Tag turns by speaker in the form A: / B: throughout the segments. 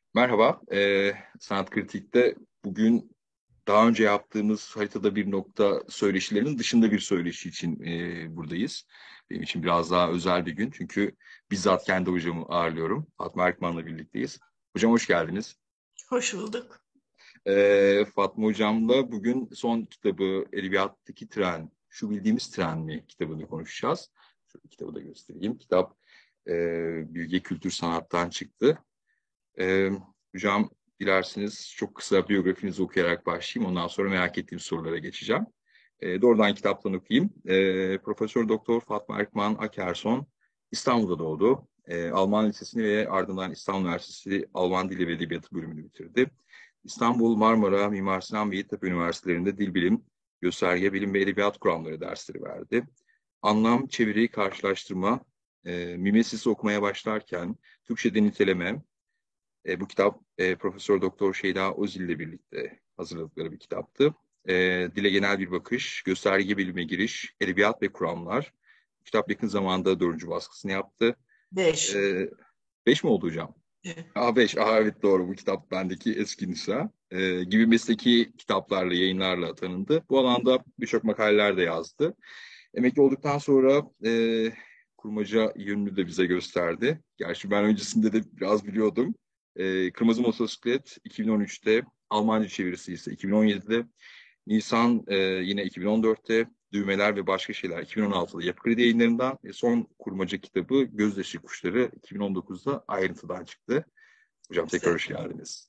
A: Merhaba, Sanat Kritik'te bugün daha önce yaptığımız haritada bir nokta söyleşilerinin dışında bir söyleşi için buradayız. Benim için biraz daha özel bir gün çünkü bizzat kendi hocamı ağırlıyorum. Fatma Erkman'la birlikteyiz. Hocam hoş geldiniz.
B: Hoş bulduk.
A: Fatma hocamla bugün son kitabı Edebiyattaki Tren, Şu Bildiğimiz Tren mi kitabını konuşacağız. Şu kitabı da göstereyim. Kitap Bilge Kültür Sanat'tan çıktı. Ee, Hocam dilerseniz çok kısa biyografinizi okuyarak başlayayım. Ondan sonra merak ettiğim sorulara geçeceğim. Doğrudan kitaptan okuyayım. Profesör Doktor Fatma Erkman Akerson İstanbul'da doğdu. Alman Lisesi'ni ve ardından İstanbul Üniversitesi Alman Dili ve Edebiyatı bölümünü bitirdi. İstanbul, Marmara, Mimar Sinan ve Yeditepe Üniversitelerinde dil bilim, gösterge bilim ve edebiyat kuramları dersleri verdi. Anlam, çeviri, karşılaştırma, mimesis okumaya başlarken Türkçe'de niteleme, bu kitap Profesör Doktor Şeyda Özil ile birlikte hazırladıkları bir kitaptı. Dile genel bir bakış, gösterge bilime giriş, edebiyat ve kuramlar. Bu kitap yakın zamanda dördüncü baskısını yaptı.
B: Beş.
A: E, Beş mi oldu hocam?
B: Evet.
A: Beş. Evet doğru. Bu kitap bendeki eski nüsha. Gibi mesleki kitaplarla, yayınlarla tanındı. Bu alanda birçok makaleler de yazdı. Emekli olduktan sonra kurmaca yönünü de bize gösterdi. Gerçi ben öncesinde de biraz biliyordum. Kırmızı Motosiklet 2013'te, Almanca çevirisi ise 2017'de, Nisan yine 2014'te, Düğmeler ve Başka Şeyler 2016'da Yapı Kredi Yayınları'ndan ve son kurmaca kitabı Gözyaşı Kuşları 2019'da ayrıntıdan çıktı. Hocam tekrar
B: Güzel.
A: hoş geldiniz.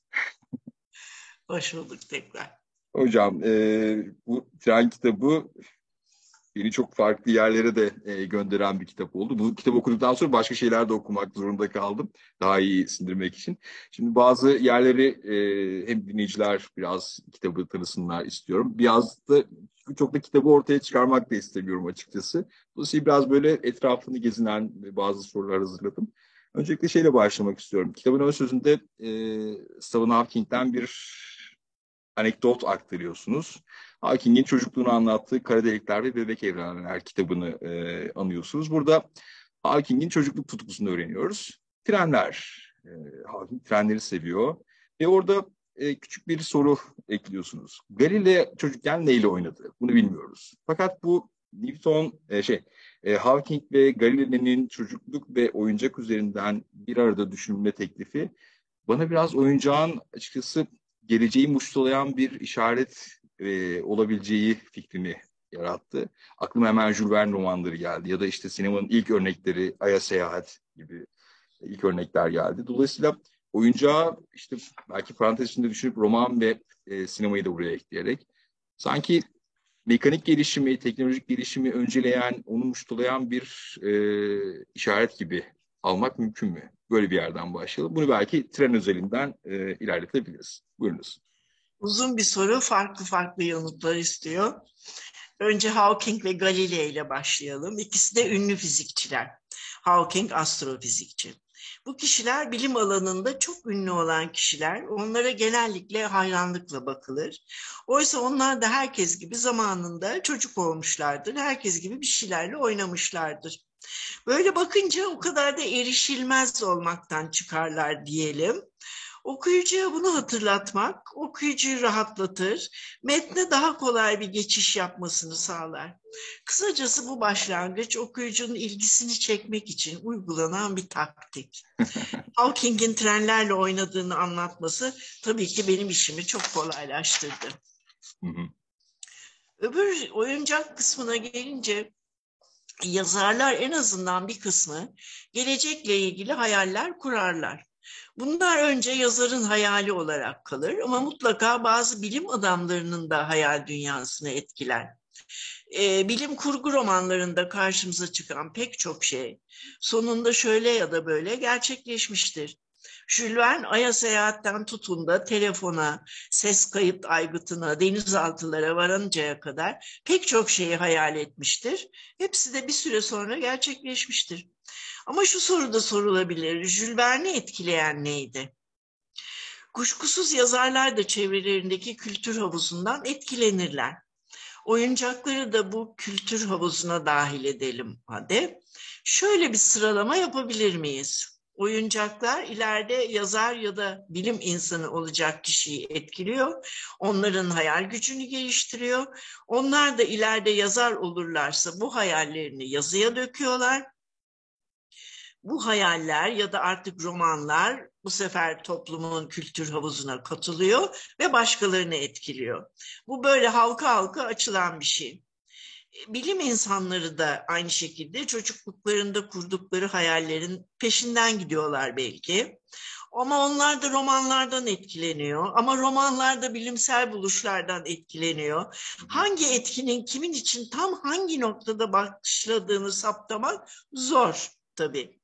B: Hoş bulduk tekrar.
A: Hocam bu tren kitabı beni çok farklı yerlere de gönderen bir kitap oldu. Bu kitabı okuduktan sonra başka şeyler de okumak zorunda kaldım. Daha iyi sindirmek için. Şimdi bazı yerleri hem dinleyiciler biraz kitabı tanısınlar istiyorum. Biraz da çok da kitabı ortaya çıkarmak da istemiyorum açıkçası. Dolayısıyla biraz böyle etrafını gezinen bazı sorular hazırladım. Öncelikle şeyle başlamak istiyorum. Kitabın ön sözünde Stephen Hawking'den bir anekdot aktarıyorsunuz. Hawking'in çocukluğunu anlattığı Kara Delikler ve Bebek Evrenler kitabını anıyorsunuz. Burada Hawking'in çocukluk tutkusunu öğreniyoruz. Trenler. Hawking trenleri seviyor. Ve orada küçük bir soru ekliyorsunuz. Galileo çocukken neyle oynadı? Bunu bilmiyoruz. Fakat bu Newton, Hawking ve Galileo'nun çocukluk ve oyuncak üzerinden bir arada düşünme teklifi bana biraz oyuncağın açıkçası geleceği muştulayan bir işaret olabileceği fikrini yarattı. Aklıma hemen Jules Verne romanları geldi ya da işte sinemanın ilk örnekleri Ay'a Seyahat gibi ilk örnekler geldi. Dolayısıyla oyuncağı işte belki parantez içinde düşünüp roman ve sinemayı da buraya ekleyerek sanki mekanik gelişimi, teknolojik gelişimi önceleyen, onu muştulayan bir işaret gibi almak mümkün mü? Böyle bir yerden başlayalım. Bunu belki tren özelinden ilerletebiliriz. Buyurunuz.
B: Uzun bir soru, farklı farklı yanıtlar istiyor. Önce Hawking ve Galileo ile başlayalım. İkisi de ünlü fizikçiler. Hawking astrofizikçi. Bu kişiler bilim alanında çok ünlü olan kişiler. Onlara genellikle hayranlıkla bakılır. Oysa onlar da herkes gibi zamanında çocuk olmuşlardır. Herkes gibi bir şeylerle oynamışlardır. Böyle bakınca o kadar da erişilmez olmaktan çıkarlar diyelim. Okuyucuya bunu hatırlatmak, okuyucuyu rahatlatır, metne daha kolay bir geçiş yapmasını sağlar. Kısacası bu başlangıç okuyucunun ilgisini çekmek için uygulanan bir taktik. Hawking'in trenlerle oynadığını anlatması tabii ki benim işimi çok kolaylaştırdı.
A: Hı hı.
B: Öbür oyuncak kısmına gelince yazarlar en azından bir kısmı gelecekle ilgili hayaller kurarlar. Bunlar önce yazarın hayali olarak kalır ama mutlaka bazı bilim adamlarının da hayal dünyasını etkiler. Bilim kurgu romanlarında karşımıza çıkan pek çok şey sonunda şöyle ya da böyle gerçekleşmiştir. Jules Verne Ay'a seyahatten tutun da telefona, ses kayıt aygıtına, denizaltılara varıncaya kadar pek çok şeyi hayal etmiştir. Hepsi de bir süre sonra gerçekleşmiştir. Ama şu soru da sorulabilir. Jules Verne'i etkileyen neydi? Kuşkusuz yazarlar da çevrelerindeki kültür havuzundan etkilenirler. Oyuncakları da bu kültür havuzuna dahil edelim hadi. Şöyle bir sıralama yapabilir miyiz? oyuncaklar ileride yazar ya da bilim insanı olacak kişiyi etkiliyor. Onların hayal gücünü geliştiriyor. Onlar da ileride yazar olurlarsa bu hayallerini yazıya döküyorlar. Bu hayaller ya da artık romanlar bu sefer toplumun kültür havuzuna katılıyor ve başkalarını etkiliyor. Bu böyle halka halka açılan bir şey. Bilim insanları da aynı şekilde çocukluklarında kurdukları hayallerin peşinden gidiyorlar belki. Ama onlar da romanlardan etkileniyor. Ama romanlar da bilimsel buluşlardan etkileniyor. Hangi etkinin kimin için tam hangi noktada başladığını saptamak zor tabii.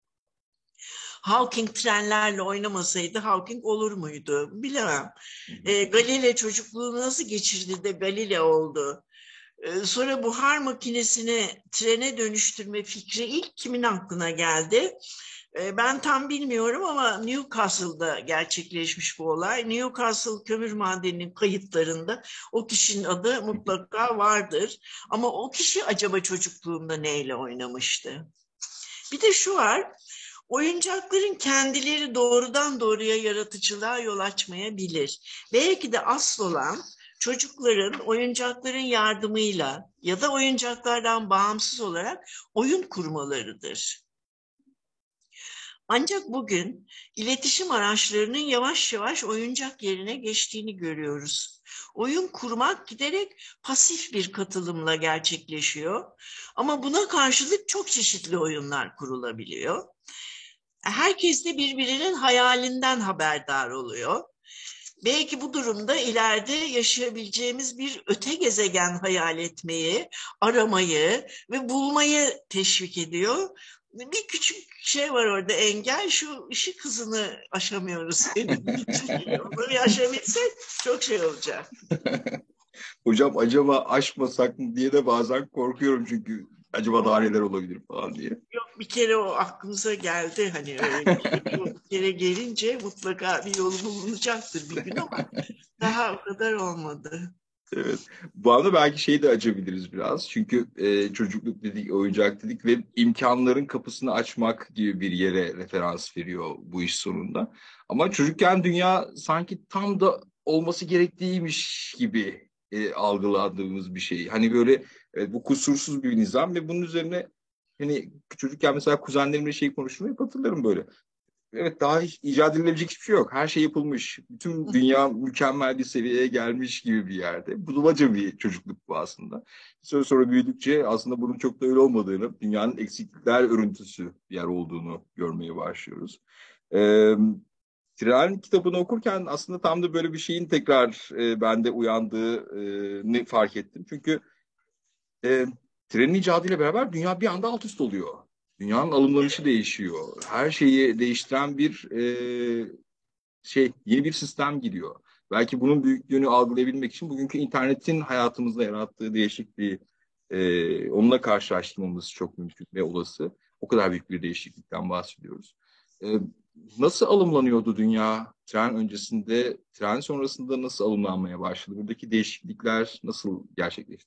B: Hawking trenlerle oynamasaydı Hawking olur muydu? Bilemem. Galile çocukluğunu nasıl geçirdi de Galile oldu? Sonra buhar makinesini trene dönüştürme fikri ilk kimin aklına geldi? Ben tam bilmiyorum ama Newcastle'da gerçekleşmiş bu olay. Newcastle kömür madeninin kayıtlarında o kişinin adı mutlaka vardır. Ama o kişi acaba çocukluğunda neyle oynamıştı? Bir de şu var, oyuncakların kendileri doğrudan doğruya yaratıcılığa yol açmayabilir. Belki de asıl olan çocukların oyuncakların yardımıyla ya da oyuncaklardan bağımsız olarak oyun kurmalarıdır. Ancak bugün iletişim araçlarının yavaş yavaş oyuncak yerine geçtiğini görüyoruz. Oyun kurmak giderek pasif bir katılımla gerçekleşiyor. Ama buna karşılık çok çeşitli oyunlar kurulabiliyor. Herkes de birbirinin hayalinden haberdar oluyor. Belki bu durumda ileride yaşayabileceğimiz bir öte gezegen hayal etmeyi, aramayı ve bulmayı teşvik ediyor. Bir küçük şey var orada, engel, şu ışık hızını aşamıyoruz. Onu bir aşabilsek çok şey olacak.
A: Hocam acaba aşmasak mı diye de bazen korkuyorum çünkü acaba daha neler olabilir falan diye.
B: Yok, bir kere o aklımıza geldi, hani öyle bir kere gelince mutlaka bir yolu bulunacaktır bir gün ama daha o kadar olmadı.
A: Evet. Bu anda belki şeyi de açabiliriz biraz. Çünkü çocukluk dedik, oyuncak dedik ve imkanların kapısını açmak gibi bir yere referans veriyor bu iş sonunda. Ama çocukken dünya sanki tam da olması gerektiğiymiş gibi algıladığımız bir şey. Hani böyle bu kusursuz bir nizam ve bunun üzerine hani çocukken mesela kuzenlerimle şey konuşmayı hep hatırlarım böyle. Evet, daha hiç icat edilebilecek hiçbir şey yok. Her şey yapılmış. Bütün dünya mükemmel bir seviyeye gelmiş gibi bir yerde. Budulaca bir çocukluk bu aslında. Bir süre sonra büyüdükçe aslında bunun çok da öyle olmadığını, dünyanın eksiklikler örüntüsü bir yer olduğunu görmeye başlıyoruz. Ee, Tren kitabını okurken aslında tam da böyle bir şeyin tekrar bende uyandığını fark ettim. Çünkü e, trenin icadıyla beraber dünya bir anda alt üst oluyor. Dünyanın alımlanışı değişiyor. Her şeyi değiştiren bir yeni bir sistem giriyor. Belki bunun büyüklüğünü algılayabilmek için bugünkü internetin hayatımızda yarattığı değişikliği onunla karşılaştırmamız çok mümkün ve olası. O kadar büyük bir değişiklikten bahsediyoruz. E, Nasıl alımlanıyordu dünya tren öncesinde, tren sonrasında nasıl alımlanmaya başladı? Buradaki değişiklikler nasıl gerçekleşti?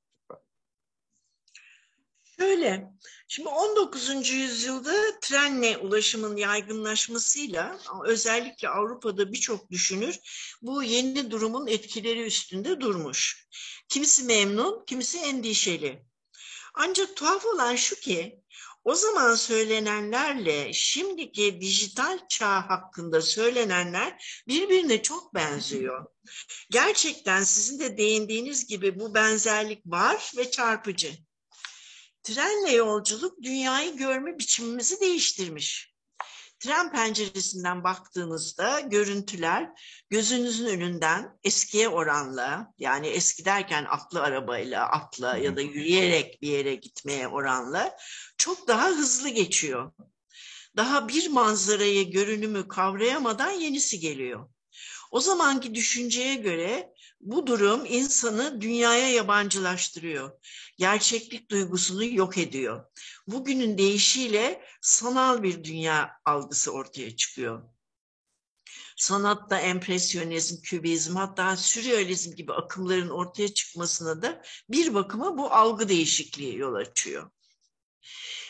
B: Şöyle, şimdi 19. yüzyılda trenle ulaşımın yaygınlaşmasıyla özellikle Avrupa'da birçok düşünür bu yeni durumun etkileri üstünde durmuş. Kimisi memnun, kimisi endişeli. Ancak tuhaf olan şu ki o zaman söylenenlerle şimdiki dijital çağ hakkında söylenenler birbirine çok benziyor. Gerçekten sizin de değindiğiniz gibi bu benzerlik var ve çarpıcı. Trenle yolculuk dünyayı görme biçimimizi değiştirmiş. Tren penceresinden baktığınızda görüntüler gözünüzün önünden eskiye oranla, yani eski derken atlı arabayla, atla ya da yürüyerek bir yere gitmeye oranla çok daha hızlı geçiyor. Daha bir manzarayı, görünümü kavrayamadan yenisi geliyor. O zamanki düşünceye göre bu durum insanı dünyaya yabancılaştırıyor. Gerçeklik duygusunu yok ediyor. Bugünün deyişiyle sanal bir dünya algısı ortaya çıkıyor. Sanatta empresyonizm, kübizm, hatta sürrealizm gibi akımların ortaya çıkmasına da bir bakıma bu algı değişikliği yol açıyor.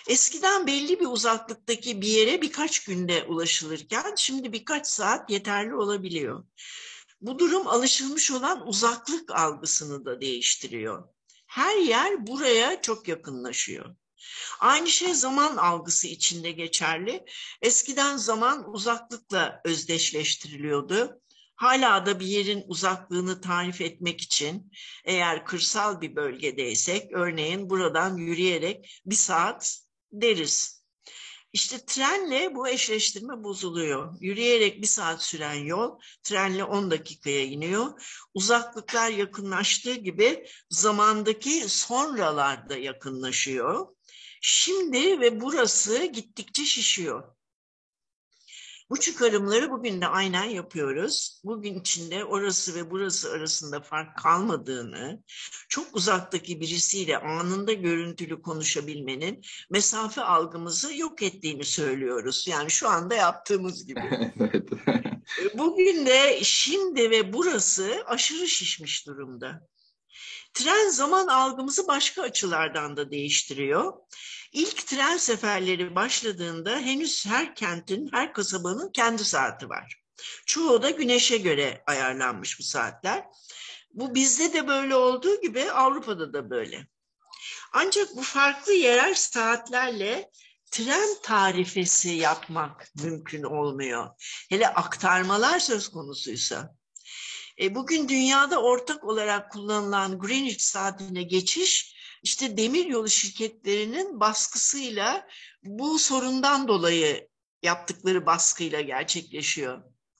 B: Eskiden belli bir uzaklıktaki bir yere birkaç günde ulaşılırken şimdi birkaç saat yeterli olabiliyor. Bu durum alışılmış olan uzaklık algısını da değiştiriyor. Her yer buraya çok yakınlaşıyor. Aynı şey zaman algısı içinde geçerli. Eskiden zaman uzaklıkla özdeşleştiriliyordu. Hala da bir yerin uzaklığını tarif etmek için eğer kırsal bir bölgedeysek örneğin buradan yürüyerek 1 saat deriz. İşte trenle bu eşleştirme bozuluyor. Yürüyerek 1 saat süren yol trenle 10 dakikaya iniyor. Uzaklıklar yakınlaştığı gibi zamandaki sonralar da yakınlaşıyor. Şimdi ve burası gittikçe şişiyor. Bu çıkarımları bugün de aynen yapıyoruz. Bugün içinde orası ve burası arasında fark kalmadığını, çok uzaktaki birisiyle anında görüntülü konuşabilmenin mesafe algımızı yok ettiğini söylüyoruz. Yani şu anda yaptığımız gibi.
A: Evet.
B: Bugün de şimdi ve burası aşırı şişmiş durumda. Tren zaman algımızı başka açılardan da değiştiriyor. İlk tren seferleri başladığında henüz her kentin, her kasabanın kendi saati var. Çoğu da güneşe göre ayarlanmış bu saatler. Bu bizde de böyle olduğu gibi Avrupa'da da böyle. Ancak bu farklı yerel saatlerle tren tarifesi yapmak mümkün olmuyor. Hele aktarmalar söz konusuysa. Bugün dünyada ortak olarak kullanılan Greenwich saatine geçiş, işte demiryolu şirketlerinin baskısıyla bu sorundan dolayı yaptıkları baskıyla gerçekleşiyor.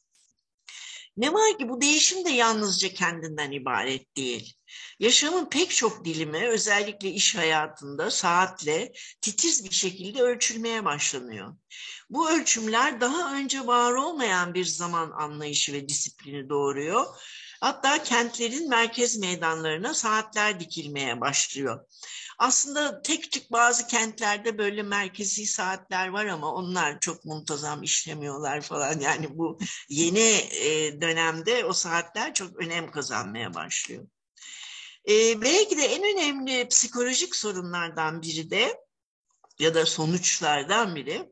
B: Ne var ki bu değişim de yalnızca kendinden ibaret değil. Yaşamın pek çok dilimi özellikle iş hayatında saatle titiz bir şekilde ölçülmeye başlanıyor. Bu ölçümler daha önce var olmayan bir zaman anlayışı ve disiplini doğuruyor. Hatta kentlerin merkez meydanlarına saatler dikilmeye başlıyor. Aslında tek tük bazı kentlerde böyle merkezi saatler var ama onlar çok muntazam işlemiyorlar falan. Yani bu yeni dönemde o saatler çok önem kazanmaya başlıyor. Belki de en önemli psikolojik sorunlardan biri de ya da sonuçlardan biri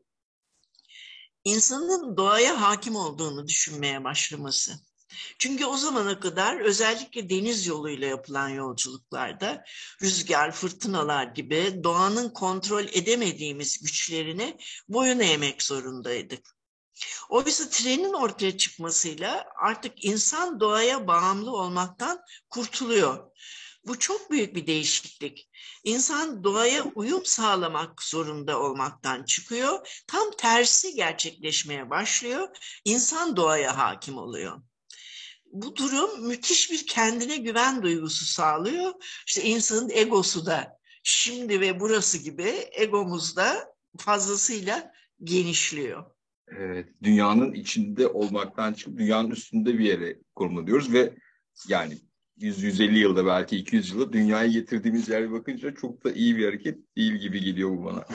B: insanın doğaya hakim olduğunu düşünmeye başlaması. Çünkü o zamana kadar özellikle deniz yoluyla yapılan yolculuklarda rüzgar, fırtınalar gibi doğanın kontrol edemediğimiz güçlerini boyun eğmek zorundaydık. Oysa trenin ortaya çıkmasıyla artık insan doğaya bağımlı olmaktan kurtuluyor. Bu çok büyük bir değişiklik. İnsan doğaya uyum sağlamak zorunda olmaktan çıkıyor. Tam tersi gerçekleşmeye başlıyor. İnsan doğaya hakim oluyor. Bu durum müthiş bir kendine güven duygusu sağlıyor. İşte insanın egosu da şimdi ve burası gibi egomuz da fazlasıyla genişliyor.
A: Evet, dünyanın içinde olmaktan çıkıp dünyanın üstünde bir yere konumlanıyoruz ve yani 100-150 yılda belki 200 yılda dünyayı getirdiğimiz yere bakınca çok da iyi bir hareket değil gibi geliyor bu bana.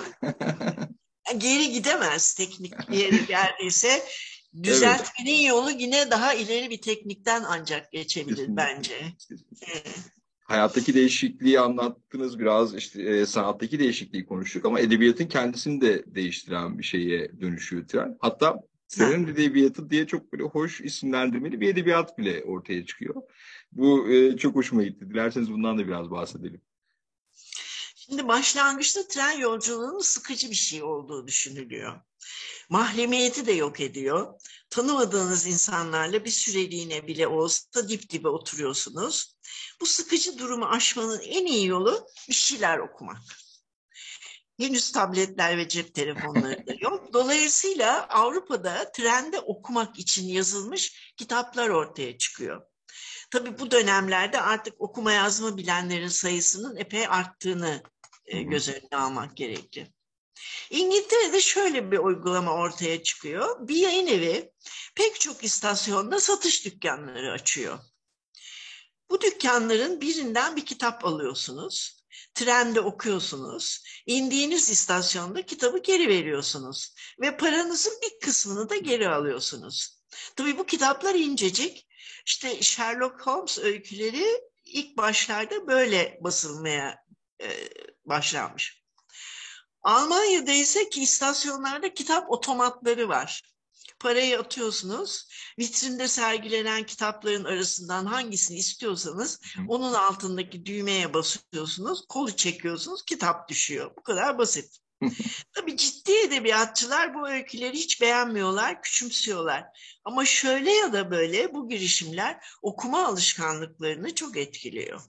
B: Geri gidemez teknik bir yere geldiyse
A: Evet,
B: düzeltmenin yolu yine daha ileri bir teknikten ancak geçebilir
A: kesinlikle.
B: bence.
A: Kesinlikle.
B: Evet.
A: Hayattaki değişikliği anlattınız biraz işte sanattaki değişikliği konuştuk ama edebiyatın kendisini de değiştiren bir şeye dönüşüyor tren. Hatta trenin edebiyatı diye çok böyle hoş isimlendirmeli bir edebiyat bile ortaya çıkıyor. Bu çok hoşuma gitti. Dilerseniz bundan da biraz bahsedelim.
B: Şimdi başlangıçta tren yolculuğunun sıkıcı bir şey olduğu düşünülüyor. Mahremiyeti de yok ediyor. Tanımadığınız insanlarla bir süreliğine bile olsa dip dibe oturuyorsunuz. Bu sıkıcı durumu aşmanın en iyi yolu bir şeyler okumak. Henüz tabletler ve cep telefonları da yok. Dolayısıyla Avrupa'da trende okumak için yazılmış kitaplar ortaya çıkıyor. Tabii bu dönemlerde artık okuma yazma bilenlerin sayısının epey arttığını
A: Hı hı.
B: göz önüne almak gerekli. İngiltere'de şöyle bir uygulama ortaya çıkıyor. Bir yayın evi pek çok istasyonda satış dükkanları açıyor. Bu dükkanların birinden bir kitap alıyorsunuz. Trende okuyorsunuz. İndiğiniz istasyonda kitabı geri veriyorsunuz. Ve paranızın bir kısmını da geri alıyorsunuz. Tabii bu kitaplar incecik. İşte Sherlock Holmes öyküleri ilk başlarda böyle basılmaya başlanmış. Almanya'da ise ki istasyonlarda kitap otomatları var. Parayı atıyorsunuz, vitrinde sergilenen kitapların arasından hangisini istiyorsanız onun altındaki düğmeye basıyorsunuz, kolu çekiyorsunuz, kitap düşüyor. Bu kadar basit. Tabii ciddi edebiyatçılar bu öyküleri hiç beğenmiyorlar, küçümsüyorlar. Ama şöyle ya da böyle bu girişimler okuma alışkanlıklarını çok etkiliyor.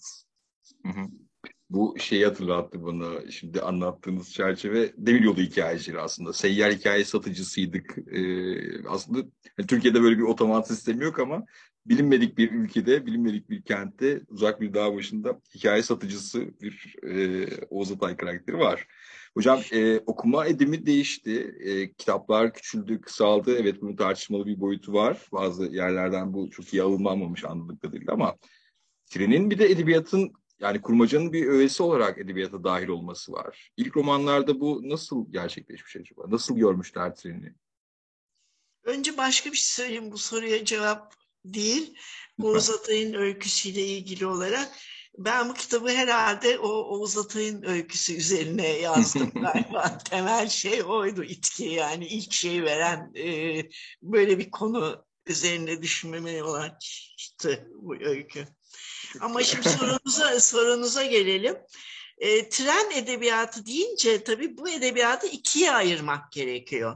A: Bu şeyi hatırlattı bana şimdi anlattığınız çerçeve, demiryolu hikayecileri aslında. Seyyar hikaye satıcısıydık. Aslında Türkiye'de böyle bir otomat sistemi yok ama bilinmedik bir ülkede, bilinmedik bir kentte, uzak bir dağ başında hikaye satıcısı bir Oğuz Atay karakteri var. Hocam okuma edimi değişti. Kitaplar küçüldü, kısaldı. Evet, bunun tartışmalı bir boyutu var. Bazı yerlerden bu çok iyi alınmamış anladığım kadarıyla ama Trenin bir de edebiyatın, yani kurmacanın bir öğesi olarak edebiyata dahil olması var. İlk romanlarda bu nasıl gerçekleşmiş acaba? Nasıl görmüşler treni?
B: Önce başka bir şey söyleyeyim, bu soruya cevap değil. Oğuz Atay'ın öyküsüyle ilgili olarak. Ben bu kitabı herhalde o Oğuz Atay'ın öyküsü üzerine yazdım galiba. Temel şey oydu, itki, yani ilk şey veren böyle bir konu üzerine düşünmeme yol açtı bu öykü. Ama şimdi sorunuza gelelim. Tren edebiyatı deyince tabii bu edebiyatı ikiye ayırmak gerekiyor.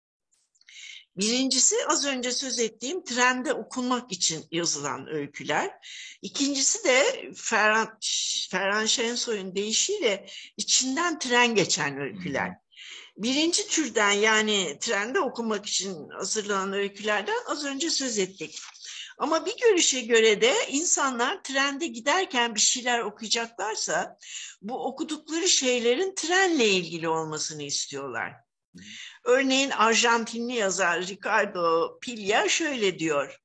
B: Birincisi az önce söz ettiğim trende okunmak için yazılan öyküler. İkincisi de Ferhan Şensoy'un deyişiyle içinden tren geçen öyküler. Birinci türden, yani trende okumak için hazırlanan öykülerden az önce söz ettik. Ama bir görüşe göre de insanlar trende giderken bir şeyler okuyacaklarsa bu okudukları şeylerin trenle ilgili olmasını istiyorlar. Örneğin Arjantinli yazar Ricardo Piglia şöyle diyor,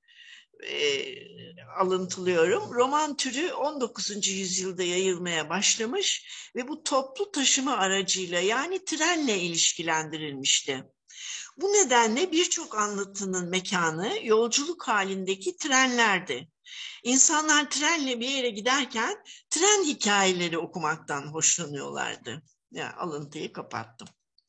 B: alıntılıyorum. Roman türü 19. yüzyılda yayılmaya başlamış ve bu toplu taşıma aracıyla, yani trenle ilişkilendirilmişti. Bu nedenle birçok anlatının mekanı yolculuk halindeki trenlerdi. İnsanlar trenle bir yere giderken tren hikayeleri okumaktan hoşlanıyorlardı. Yani alıntıyı kapattım.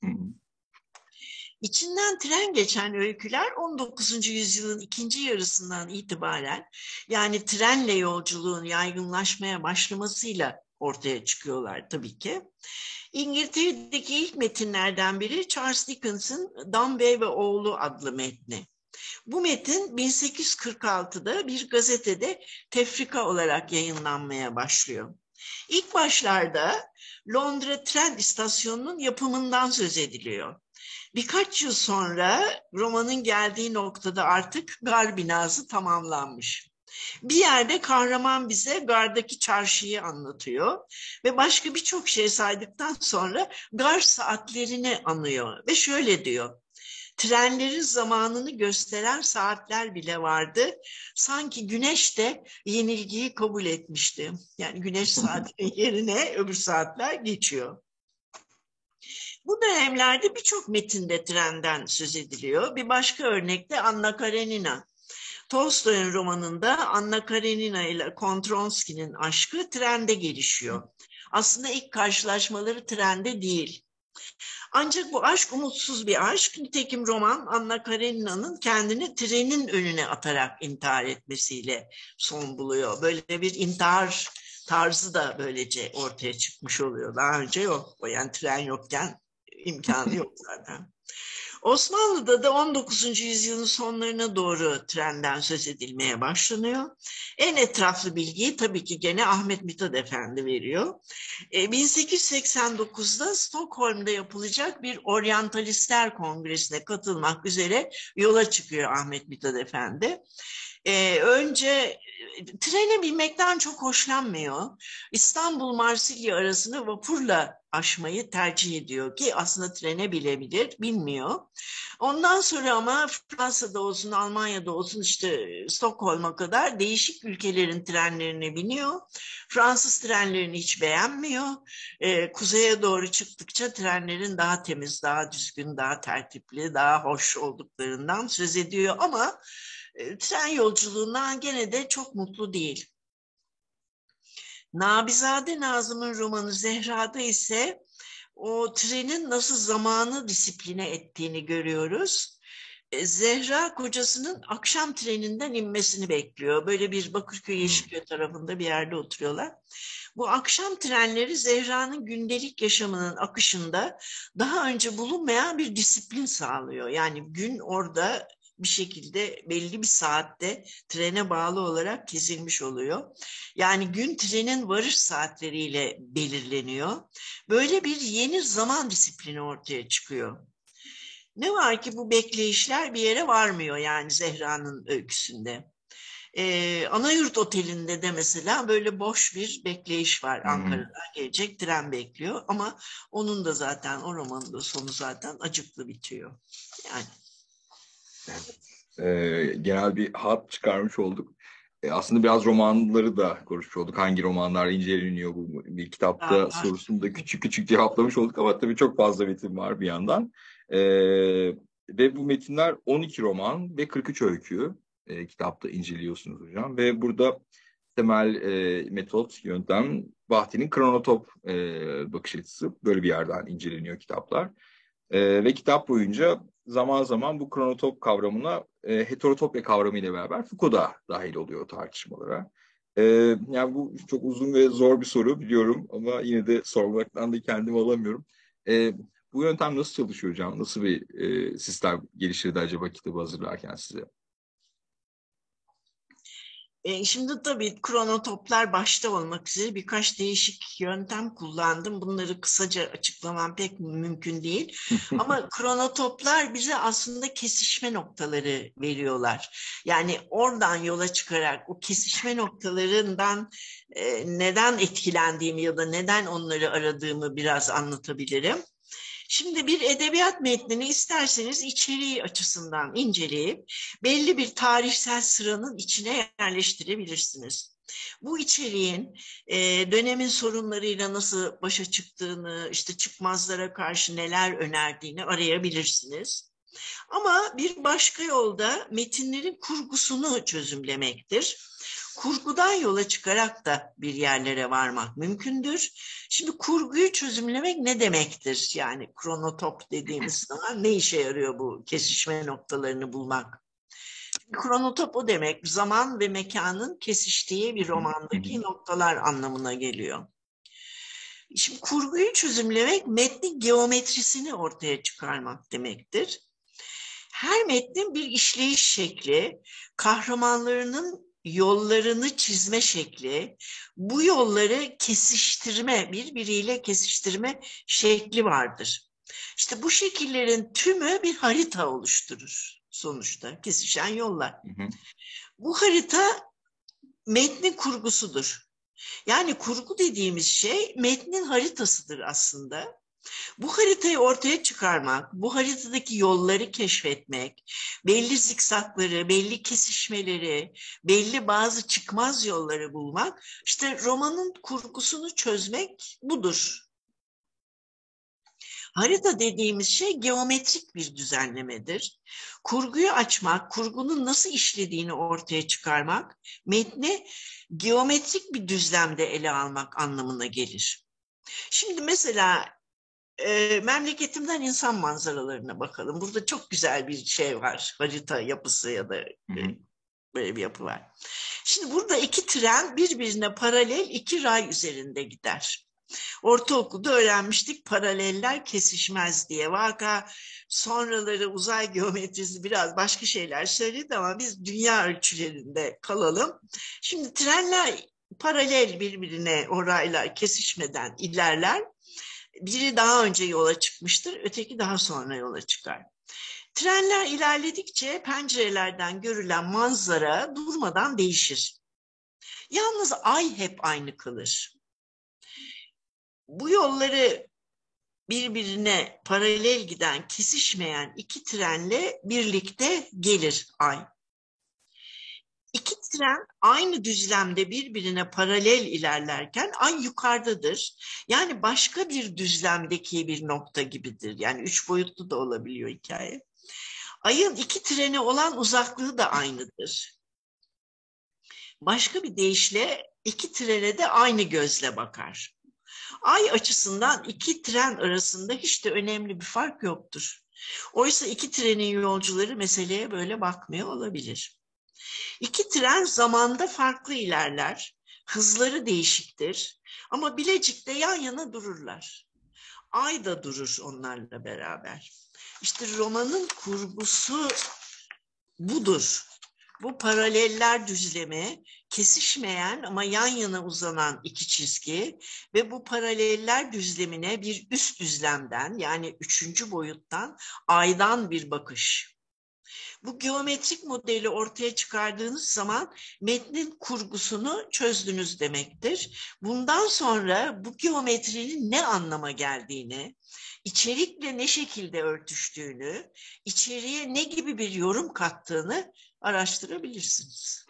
B: İçinden tren geçen öyküler 19. yüzyılın ikinci yarısından itibaren, yani trenle yolculuğun yaygınlaşmaya başlamasıyla ortaya çıkıyorlar tabii ki. İngiltere'deki ilk metinlerden biri Charles Dickens'ın Dombey ve Oğlu adlı metni. Bu metin 1846'da bir gazetede tefrika olarak yayınlanmaya başlıyor. İlk başlarda Londra tren istasyonunun yapımından söz ediliyor. Birkaç yıl sonra romanın geldiği noktada artık gar binası tamamlanmış. Bir yerde kahraman bize gardaki çarşıyı anlatıyor ve başka birçok şey saydıktan sonra gar saatlerini anıyor ve şöyle diyor: trenlerin zamanını gösteren saatler bile vardı. Sanki güneş de yenilgiyi kabul etmişti. Yani güneş saatinin yerine öbür saatler geçiyor. Bu dönemlerde birçok metinde trenden söz ediliyor. Bir başka örnek de Anna Karenina. Tolstoy'un romanında Anna Karenina ile Kontronski'nin aşkı trende gelişiyor. Aslında ilk karşılaşmaları trende değil. Ancak bu aşk umutsuz bir aşk. Nitekim roman Anna Karenina'nın kendini trenin önüne atarak intihar etmesiyle son buluyor. Böyle bir intihar tarzı da böylece ortaya çıkmış oluyor. Daha önce yok. O, yani tren yokken imkanı yok zaten. Osmanlı'da da 19. yüzyılın sonlarına doğru trenden söz edilmeye başlanıyor. En etraflı bilgiyi tabii ki gene Ahmet Mithat Efendi veriyor. 1889'da Stockholm'da yapılacak bir oryantalistler kongresine katılmak üzere yola çıkıyor Ahmet Mithat Efendi. Önce trene binmekten çok hoşlanmıyor. İstanbul-Marsilya arasını vapurla aşmayı tercih ediyor ki aslında trene bilebilir, bilmiyor. Ondan sonra ama Fransa'da olsun, Almanya'da olsun, işte Stockholm'a kadar değişik ülkelerin trenlerine biniyor. Fransız trenlerini hiç beğenmiyor. Kuzeye doğru çıktıkça trenlerin daha temiz, daha düzgün, daha tertipli, daha hoş olduklarından söz ediyor ama tren yolculuğundan gene de çok mutlu değil. Nabizade Nazım'ın romanı Zehra'da ise o trenin nasıl zamanı disipline ettiğini görüyoruz. Zehra kocasının akşam treninden inmesini bekliyor. Böyle bir Bakırköy Yeşilköy tarafında bir yerde oturuyorlar. Bu akşam trenleri Zehra'nın gündelik yaşamının akışında daha önce bulunmayan bir disiplin sağlıyor. Yani gün orada bir şekilde belli bir saatte trene bağlı olarak kesilmiş oluyor. Yani gün trenin varış saatleriyle belirleniyor. Böyle bir yeni zaman disiplini ortaya çıkıyor. Ne var ki bu bekleyişler bir yere varmıyor yani Zehra'nın öyküsünde. Anayurt Oteli'nde de mesela böyle boş bir bekleyiş var.
A: Hmm.
B: Ankara'dan gelecek tren bekliyor ama onun da zaten o romanın da sonu zaten acıklı bitiyor. Yani
A: Genel bir hat çıkarmış olduk. Aslında biraz romanları da konuşmuş olduk. Hangi romanlar inceleniyor bu bir kitapta
B: daha
A: sorusunu da küçük küçük cevaplamış olduk ama tabii çok fazla metin var bir yandan. Ve bu metinler 12 roman ve 43 öykü kitapta inceliyorsunuz hocam. Ve burada temel metot, yöntem Bahti'nin kronotop bakış açısı. Böyle bir yerden inceleniyor kitaplar. Ve kitap boyunca zaman zaman bu kronotop kavramına heterotopya kavramı ile beraber Foucault da dahil oluyor tartışmalara. E, Yani bu çok uzun ve zor bir soru biliyorum ama yine de sormaktan da kendimi alamıyorum. E, Bu yöntem nasıl çalışıyor hocam? Nasıl bir sistem geliştirdi acaba kitabı hazırlarken size?
B: Şimdi tabii kronotoplar başta olmak üzere birkaç değişik yöntem kullandım. Bunları kısaca açıklamam pek mümkün değil. Ama kronotoplar bize aslında kesişme noktaları veriyorlar. Yani oradan yola çıkarak o kesişme noktalarından neden etkilendiğimi ya da neden onları aradığımı biraz anlatabilirim. Şimdi bir edebiyat metnini isterseniz içeriği açısından inceleyip belli bir tarihsel sıranın içine yerleştirebilirsiniz. Bu içeriğin dönemin sorunlarıyla nasıl başa çıktığını, işte çıkmazlara karşı neler önerdiğini arayabilirsiniz. Ama bir başka yolda metinlerin kurgusunu çözümlemektir. Kurgudan yola çıkarak da bir yerlere varmak mümkündür. Şimdi kurguyu çözümlemek ne demektir? Yani kronotop dediğimiz zaman ne işe yarıyor bu kesişme noktalarını bulmak? Kronotop o demek, zaman ve mekanın kesiştiği bir romandaki noktalar anlamına geliyor. Şimdi kurguyu çözümlemek metnin geometrisini ortaya çıkarmak demektir. Her metnin bir işleyiş şekli, kahramanlarının yollarını çizme şekli, bu yolları kesiştirme, birbiriyle kesiştirme şekli vardır. İşte bu şekillerin tümü bir harita oluşturur sonuçta, kesişen yollar. Bu harita metnin kurgusudur. Yani kurgu dediğimiz şey metnin haritasıdır aslında. Bu haritayı ortaya çıkarmak, bu haritadaki yolları keşfetmek, belli zikzakları, belli kesişmeleri, belli bazı çıkmaz yolları bulmak, işte romanın kurgusunu çözmek budur. Harita dediğimiz şey geometrik bir düzenlemedir. Kurguyu açmak, kurgunun nasıl işlediğini ortaya çıkarmak, metni geometrik bir düzlemde ele almak anlamına gelir. Şimdi mesela memleketimden insan manzaralarına bakalım. Burada çok güzel bir şey var. Harita yapısı ya da böyle bir yapı var. Şimdi burada iki tren birbirine paralel iki ray üzerinde gider. Ortaokulda öğrenmiştik paraleller kesişmez diye. Vaka sonraları uzay geometrisi biraz başka şeyler söyledi ama biz dünya ölçülerinde kalalım. Şimdi trenler paralel birbirine o raylar kesişmeden ilerler. Biri daha önce yola çıkmıştır, öteki daha sonra yola çıkar. Trenler ilerledikçe pencerelerden görülen manzara durmadan değişir. Yalnız ay hep aynı kalır. Bu yolları birbirine paralel giden, kesişmeyen iki trenle birlikte gelir ay. İki tren aynı düzlemde birbirine paralel ilerlerken ay yukarıdadır. Yani başka bir düzlemdeki bir nokta gibidir. Yani üç boyutlu da olabiliyor hikaye. Ayın iki trene olan uzaklığı da aynıdır. Başka bir deyişle iki trene de aynı gözle bakar. Ay açısından iki tren arasında hiç de önemli bir fark yoktur. Oysa iki trenin yolcuları meseleye böyle bakmıyor olabilir. İki tren zamanda farklı ilerler, hızları değişiktir ama Bilecik'te yan yana dururlar. Ay da durur onlarla beraber. İşte romanın kurgusu budur. Bu paraleller düzlemi, kesişmeyen ama yan yana uzanan iki çizgi ve bu paraleller düzlemine bir üst düzlemden, yani üçüncü boyuttan, aydan bir bakış. Bu geometrik modeli ortaya çıkardığınız zaman metnin kurgusunu çözdünüz demektir. Bundan sonra bu geometrinin ne anlama geldiğini, içerikle ne şekilde örtüştüğünü, içeriye ne gibi bir yorum kattığını araştırabilirsiniz.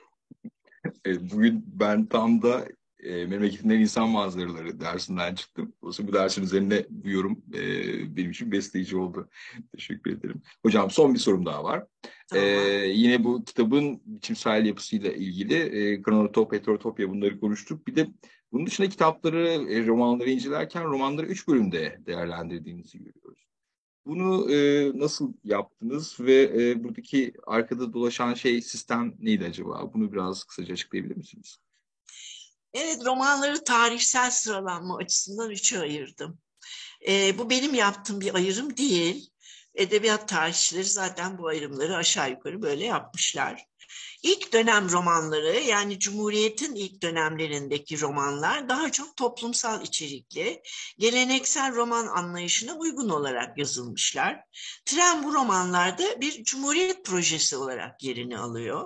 A: Bugün ben tam da memleketinden insan manzaraları dersinden çıktım. Dolayısıyla bu dersin üzerine bu yorum benim için besleyici oldu. Teşekkür ederim. Hocam son bir sorum daha var.
B: Tamam.
A: Yine bu kitabın biçimsel yapısıyla ilgili kronotop, heterotopya bunları konuştuk. Bir de bunun dışında kitapları, romanları incelerken romanları 3 bölümde değerlendirdiğinizi görüyoruz. Bunu nasıl yaptınız ve buradaki arkada dolaşan sistem neydi acaba? Bunu biraz kısaca açıklayabilir misiniz?
B: Evet, romanları tarihsel sıralanma açısından üçe ayırdım. Bu benim yaptığım bir ayrım değil. Edebiyat tarihçileri zaten bu ayrımları aşağı yukarı böyle yapmışlar. İlk dönem romanları, yani Cumhuriyet'in ilk dönemlerindeki romanlar daha çok toplumsal içerikli, geleneksel roman anlayışına uygun olarak yazılmışlar. Tren bu romanlarda bir Cumhuriyet projesi olarak yerini alıyor.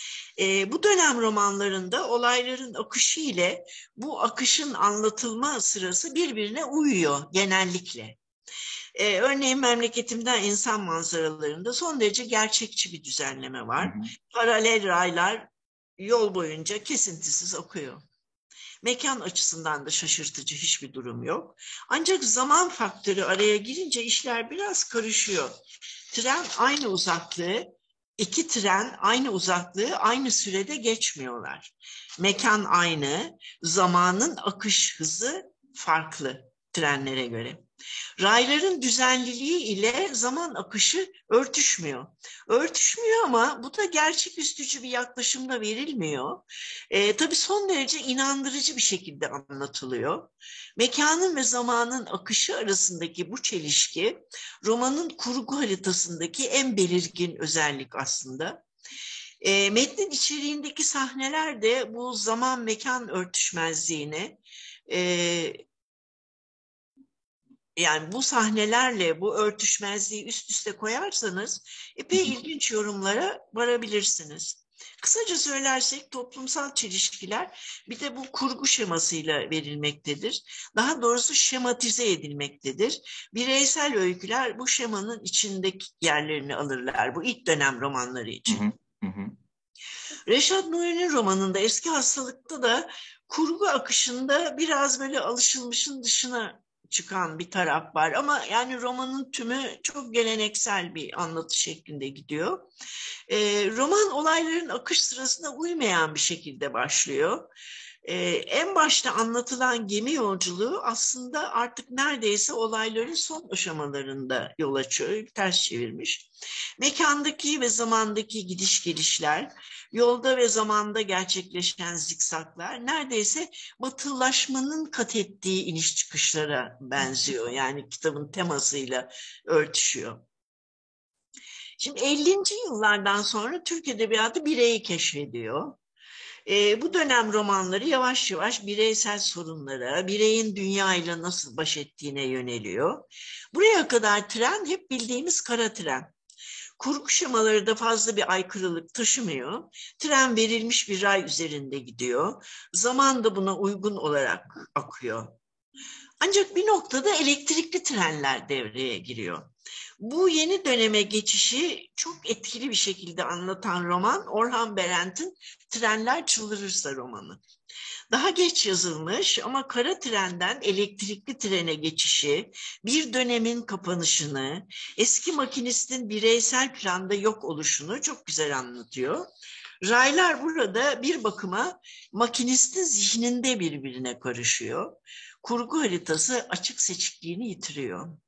B: Bu dönem romanlarında olayların akışı ile bu akışın anlatılma sırası birbirine uyuyor genellikle. Örneğin Memleketimden İnsan Manzaralarında son derece gerçekçi bir düzenleme
A: Hı
B: var.
A: hı.
B: Paralel raylar yol boyunca kesintisiz akıyor. Mekan açısından da şaşırtıcı hiçbir durum yok. Ancak zaman faktörü araya girince işler biraz karışıyor. Tren aynı uzaklığı, iki tren aynı uzaklığı aynı sürede geçmiyorlar. Mekan aynı, zamanın akış hızı farklı trenlere göre. Rayların düzenliliği ile zaman akışı örtüşmüyor. Örtüşmüyor ama bu da gerçeküstücü bir yaklaşımda verilmiyor. Tabii son derece inandırıcı bir şekilde anlatılıyor. Mekanın ve zamanın akışı arasındaki bu çelişki romanın kurgu haritasındaki en belirgin özellik aslında. Metnin içeriğindeki sahneler de bu zaman mekan örtüşmezliğini, yani bu sahnelerle bu örtüşmezliği üst üste koyarsanız epey ilginç yorumlara varabilirsiniz. Kısaca söylersek toplumsal çelişkiler bir de bu kurgu şemasıyla verilmektedir. Daha doğrusu şematize edilmektedir. Bireysel öyküler bu şemanın içindeki yerlerini alırlar bu ilk dönem romanları
A: Hı
B: için.
A: hı. Hı hı.
B: Reşat Nuri'nin romanında Eski Hastalık'ta da kurgu akışında biraz böyle alışılmışın dışına çıkan bir taraf var. Ama yani romanın tümü çok geleneksel bir anlatı şeklinde gidiyor. Roman olayların akış sırasına uymayan bir şekilde başlıyor. En başta anlatılan gemi yolculuğu aslında artık neredeyse olayların son aşamalarında yol açıyor, ters çevirmiş. Mekandaki ve zamandaki gidiş gelişler, yolda ve zamanda gerçekleşen zikzaklar neredeyse batılılaşmanın kat ettiği iniş çıkışlara benziyor. Yani kitabın temasıyla örtüşüyor. Şimdi 50. yıllardan sonra Türk Edebiyatı bireyi keşfediyor. Bu dönem romanları yavaş yavaş bireysel sorunlara, bireyin dünyayla nasıl baş ettiğine yöneliyor. Buraya kadar tren hep bildiğimiz kara tren. Kurgu şemaları da fazla bir aykırılık taşımıyor. Tren verilmiş bir ray üzerinde gidiyor. Zaman da buna uygun olarak akıyor. Ancak bir noktada elektrikli trenler devreye giriyor. Bu yeni döneme geçişi çok etkili bir şekilde anlatan roman Orhan Berent'in Trenler Çıldırırsa romanı. Daha geç yazılmış ama kara trenden elektrikli trene geçişi, bir dönemin kapanışını, eski makinistin bireysel planda yok oluşunu çok güzel anlatıyor. Raylar burada bir bakıma makinistin zihninde birbirine karışıyor. kurgu haritası açık seçikliğini yitiriyor.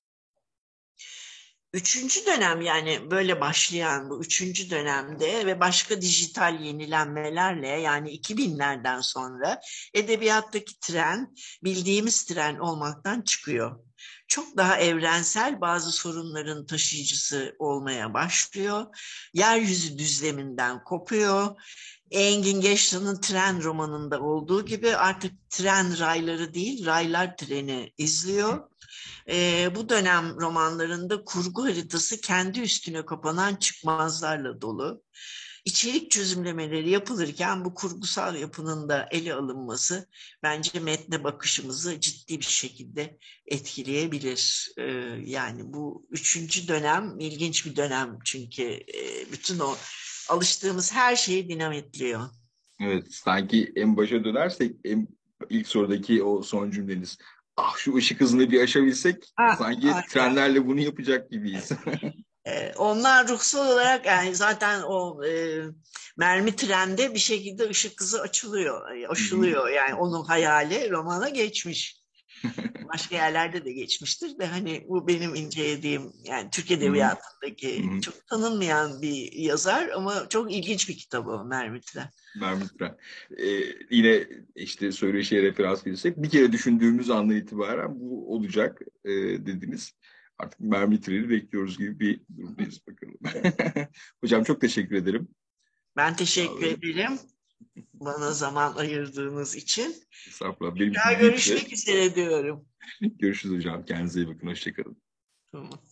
B: Üçüncü dönem, yani böyle başlayan bu üçüncü dönemde ve başka dijital yenilenmelerle, yani 2000'lerden sonra edebiyattaki tren bildiğimiz tren olmaktan çıkıyor. Çok daha evrensel bazı sorunların taşıyıcısı olmaya başlıyor. Yeryüzü düzleminden kopuyor. Engin Geçtan'ın Tren romanında olduğu gibi artık tren rayları değil, raylar treni izliyor. Bu dönem romanlarında kurgu haritası kendi üstüne kapanan çıkmazlarla dolu. İçerik çözümlemeleri yapılırken bu kurgusal yapının da ele alınması bence metne bakışımızı ciddi bir şekilde etkileyebilir. Yani bu üçüncü dönem ilginç bir dönem, çünkü bütün o alıştığımız her şeyi dinamitliyor.
A: Evet, sanki en başa dönersek ilk sorudaki o son cümleniz. Ah, şu ışık hızını bir aşabilsek sanki
B: Aynen.
A: trenlerle bunu yapacak gibiyiz.
B: Onlar ruhsal olarak, yani zaten o mermi trende bir şekilde ışık hızı
A: Hı hı.
B: aşılıyor. Yani onun hayali romana geçmiş. Başka yerlerde de geçmiştir de, hani bu benim incelediğim, yani Türk
A: Hı hı. Hı
B: Edebiyatındaki
A: hı.
B: çok tanınmayan bir yazar ama çok ilginç bir kitap o, Mermi Tren.
A: Mermi tren. Yine işte söyleşiye referans verirsek bir kere düşündüğümüz andan itibaren bu olacak dediniz. Artık mermi treni bekliyoruz gibi bir durumdayız bakalım. Hocam çok teşekkür ederim.
B: Ben
A: Sağ
B: teşekkür
A: olun.
B: ederim bana zaman ayırdığınız için.
A: Estağfurullah. Benim için
B: Tekrar
A: bir zevkti.
B: görüşmek üzere diyorum.
A: Görüşürüz hocam. Kendinize iyi bakın. Hoşçakalın.
B: Tamam.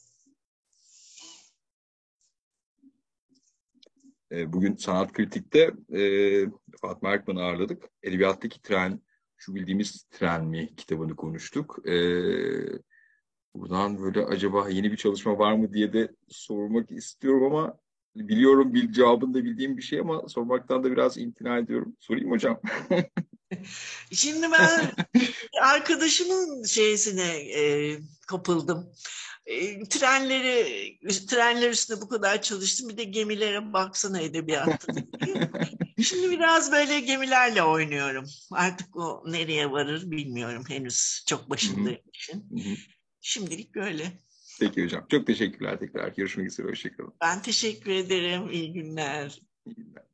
A: Bugün Sanat Kritik'te Fatma Erkman'ı ağırladık. Edebiyattaki tren, şu bildiğimiz tren mi kitabını konuştuk. Buradan böyle acaba yeni bir çalışma var mı diye de sormak istiyorum ama biliyorum cevabını da bildiğim bir şey ama sormaktan da biraz imtina ediyorum. Sorayım hocam.
B: Şimdi ben arkadaşımın kapıldım. Trenler üstünde bu kadar çalıştım. Bir de gemilere baksana edebiyatta. Şimdi biraz böyle gemilerle oynuyorum. Artık o nereye varır bilmiyorum. Henüz çok
A: Hı hı,
B: başındayım işin.
A: hı hı.
B: Şimdilik böyle.
A: Peki hocam. Çok teşekkürler tekrar. Görüşmek üzere. Hoşçakalın.
B: Ben teşekkür ederim. İyi günler.
A: İyi günler.